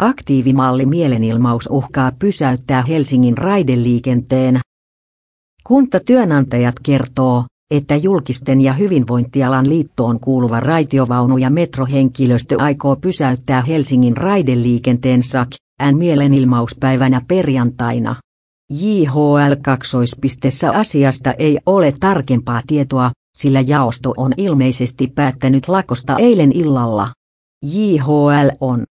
Aktiivimalli mielenilmaus uhkaa pysäyttää Helsingin raideliikenteen. Kuntatyönantajat kertoo, että julkisten ja hyvinvointialan liittoon kuuluva raitiovaunu- ja metrohenkilöstö aikoo pysäyttää Helsingin raideliikenteen SAK-n mielenilmauspäivänä perjantaina. JHL-kaksoispistessä asiasta ei ole tarkempaa tietoa, sillä jaosto on ilmeisesti päättänyt lakosta eilen illalla. JHL on